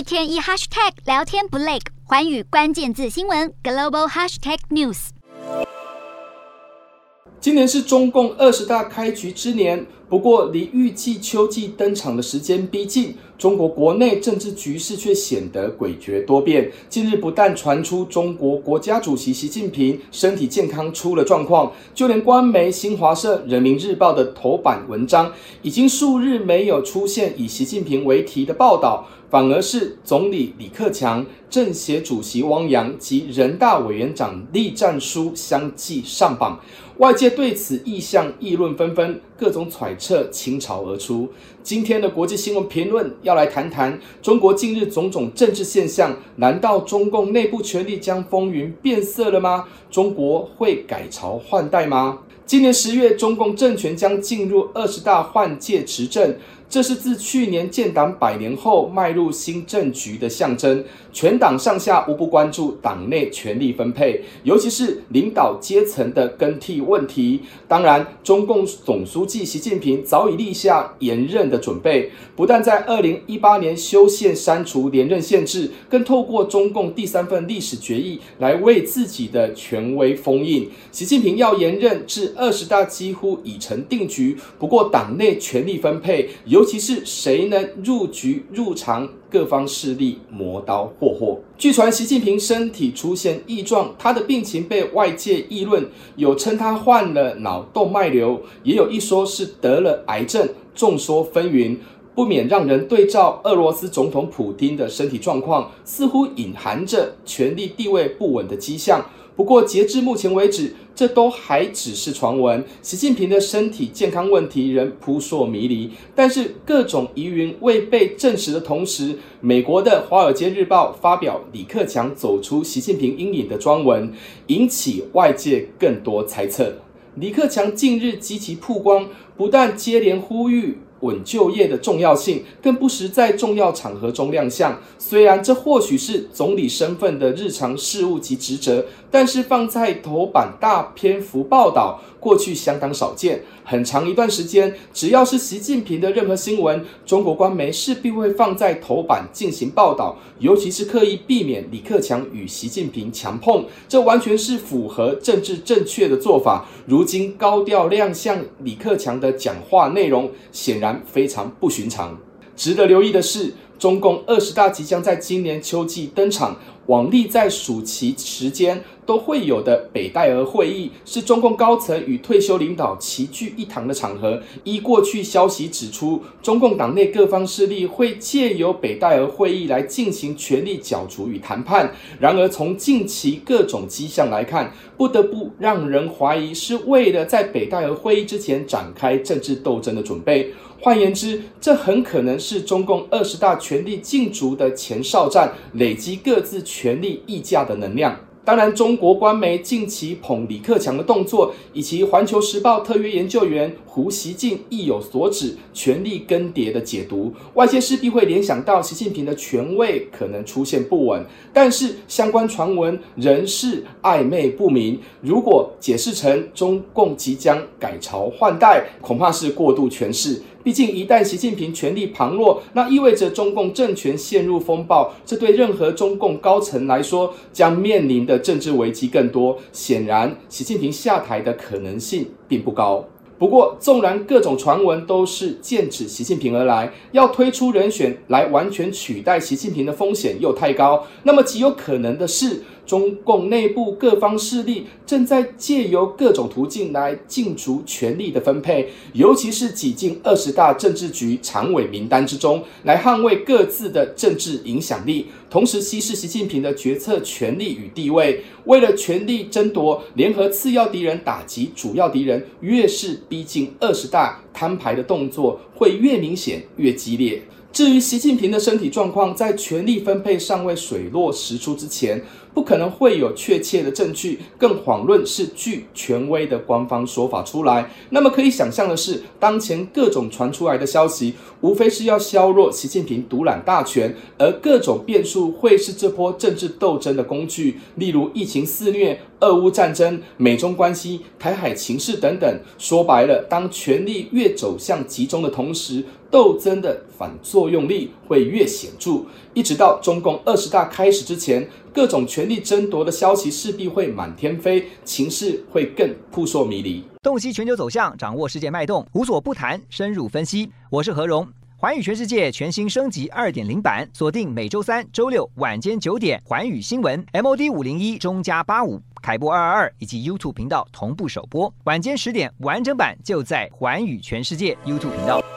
天一 hashtag 聊天不累，寰宇关键字新闻 global hashtag news。 今年是中共20大开局之年，不过离预计秋季登场的时间逼近，中国国内政治局势却显得诡谲多变。近日不但传出中国国家主席习近平身体健康出了状况，就连官媒新华社、人民日报的头版文章已经数日没有出现以习近平为题的报道，反而是总理李克强、政协主席汪洋及人大委员长栗战书相继上榜。外界对此意向议论纷纷，各种揣测倾巢而出。今天的国际新闻评论要来谈谈中国近日种种政治现象，难道中共内部权力将风云变色了吗？中国会改朝换代吗？今年10月，中共政权将进入20大换届执政，这是自去年建党100年后迈入新政局的象征。全党上下无不关注党内权力分配，尤其是领导阶层的更替问题。当然，中共总书记习近平早已立下连任的准备，不但在2018年修宪删除连任限制，更透过中共第3份历史决议来为自己的权威封印。习近平要连任至20大几乎已成定局，不过党内权力分配，尤其是谁能入局入常，各方势力磨刀霍霍。据传习近平身体出现异状，他的病情被外界议论，有称他患了脑动脉瘤，也有一说是得了癌症，众说纷纭，不免让人对照俄罗斯总统普丁的身体状况，似乎隐含着权力地位不稳的迹象。不过截至目前为止，这都还只是传闻，习近平的身体健康问题仍扑朔迷离。但是各种疑云未被证实的同时，美国的《华尔街日报》发表李克强走出习近平阴影的专文，引起外界更多猜测。李克强近日积极曝光，不但接连呼吁稳就业的重要性，更不时在重要场合中亮相。虽然这或许是总理身份的日常事务及职责，但是放在头版大篇幅报道，过去相当少见。很长一段时间，只要是习近平的任何新闻，中国官媒势必会放在头版进行报道，尤其是刻意避免李克强与习近平强碰，这完全是符合政治正确的做法。如今高调亮相李克强的讲话内容，显然非常不寻常。值得留意的是，中共20大即将在今年秋季登场，往例在暑期时间都会有的北戴河会议，是中共高层与退休领导齐聚一堂的场合。依过去消息指出，中共党内各方势力会借由北戴河会议来进行权力角逐与谈判。然而从近期各种迹象来看，不得不让人怀疑是为了在北戴河会议之前展开政治斗争的准备。换言之，这很可能是中共20大权力竞逐的前哨战，累积各自权力溢价的能量。当然，中国官媒近期捧李克强的动作，以及《环球时报》特约研究员胡锡进意有所指，权力更迭的解读，外界势必会联想到习近平的权位可能出现不稳。但是相关传闻仍是暧昧不明，如果解释成中共即将改朝换代，恐怕是过度诠释。毕竟一旦习近平权力旁落，那意味着中共政权陷入风暴，这对任何中共高层来说将面临的政治危机更多。显然习近平下台的可能性并不高。不过纵然各种传闻都是剑指习近平而来，要推出人选来完全取代习近平的风险又太高，那么极有可能的是，中共内部各方势力正在借由各种途径来竞逐权力的分配，尤其是挤进20大政治局常委名单之中，来捍卫各自的政治影响力，同时稀释习近平的决策权力与地位。为了权力争夺，联合次要敌人打击主要敌人，越是逼近20大，摊牌的动作会越明显越激烈。至于习近平的身体状况，在权力分配尚未水落石出之前，不可能会有确切的证据，更遑论是具权威的官方说法出来。那么可以想象的是，当前各种传出来的消息，无非是要削弱习近平独揽大权，而各种变数会是这波政治斗争的工具，例如疫情肆虐、俄乌战争、美中关系、台海情势等等。说白了，当权力越走向集中的同时， 斗争的反作用力会越显著，一直到中共20大开始之前，各种权力争夺的消息势必会满天飞，情势会更扑朔迷离。 洞悉全球走向，掌握世界脉动，无所不谈，深入分析。我是何荣。寰宇全世界全新升级 2.0 版，锁定每周3、周6晚间9点，寰宇新闻 MOD 501中加85。凯播222以及 YouTube 频道同步首播，晚间10点完整版就在寰宇全世界 YouTube 频道。